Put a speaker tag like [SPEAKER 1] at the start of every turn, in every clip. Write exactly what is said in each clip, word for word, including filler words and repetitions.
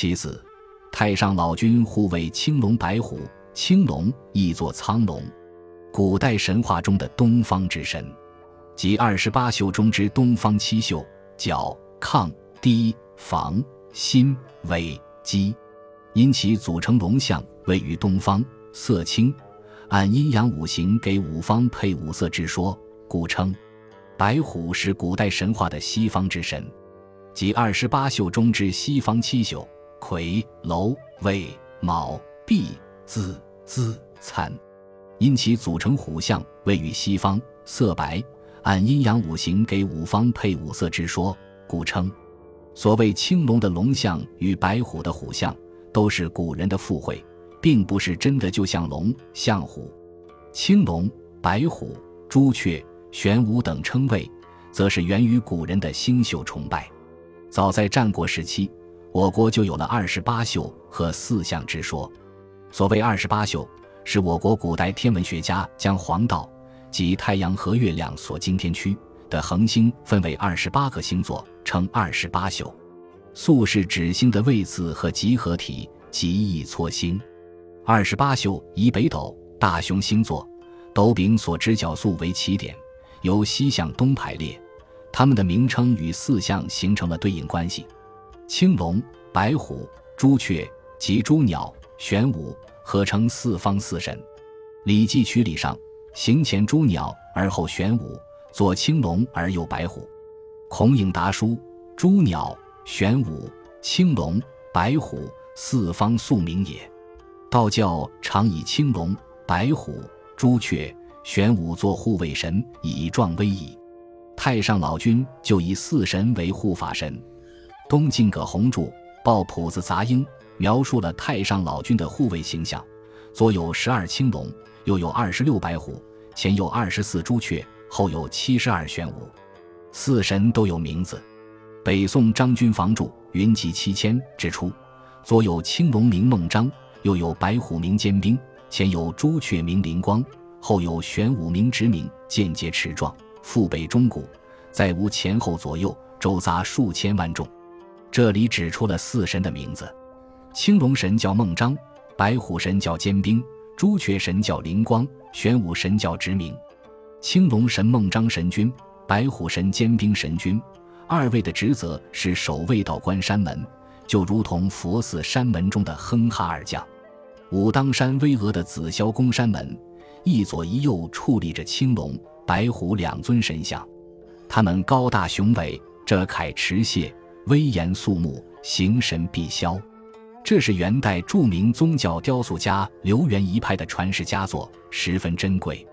[SPEAKER 1] 其次，太上老君护卫青龙白虎，青龙亦作苍龙，古代神话中的东方之神，即二十八宿中之东方七宿：角、亢、氐、房、心、尾、箕。因其组成龙象位于东方，色青，按阴阳五行给五方配五色之说，故称。白虎是古代神话的西方之神，即二十八宿中之西方七宿：癸、酉、未、卯、毕、巳、资、参。因其组成虎象位于西方，色白，按阴阳五行给五方配五色之说，故称。所谓青龙的龙象与白虎的虎象都是古人的附会，并不是真的就像龙像虎。青龙、白虎、朱雀、玄武等称谓，则是源于古人的星宿崇拜。早在战国时期，我国就有了二十八宿和四象之说。所谓二十八宿，是我国古代天文学家将黄道即太阳和月亮所经天区的恒星分为二十八个星座，称二十八宿。宿是指星的位次和集合体，极易错星。二十八宿以北斗、大熊星座、斗柄所直角宿为起点，由西向东排列，它们的名称与四象形成了对应关系。青龙、白虎、朱雀及朱鸟、玄武合称四方四神。礼记曲礼上，行前朱鸟而后玄武，左青龙而右白虎。孔颖达书，朱鸟、玄武、青龙、白虎四方宿名也。道教常以青龙、白虎、朱雀、玄武作护卫神，以壮威仪。太上老君就以四神为护法神。东晋葛洪著《抱朴子杂音》描述了太上老君的护卫形象，左有十二青龙，右有二十六白虎，前有二十四朱雀，后有七十二玄武。四神都有名字。北宋张君房著《云集七千》指出，左有青龙名孟章，右有白虎名坚冰，前有朱雀名灵光，后有玄武名直明，间接持状，腹背中鼓，再无前后左右，周匝数千万众。这里指出了四神的名字。青龙神叫孟章，白虎神叫坚冰，朱雀神叫灵光，玄武神叫直明。青龙神孟章神君，白虎神坚冰神君，二位的职责是守卫道关山门，就如同佛寺山门中的哼哈二将。武当山巍峨的紫霄宫山门，一左一右矗立着青龙、白虎两尊神像，他们高大雄伟，遮铠持械，威严肃穆，形神必消。这是元代著名宗教雕塑家刘元一派的传世佳作，十分珍贵。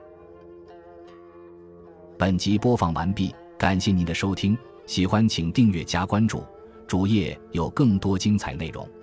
[SPEAKER 1] 本集播放完毕，感谢您的收听，喜欢请订阅加关注，主页有更多精彩内容。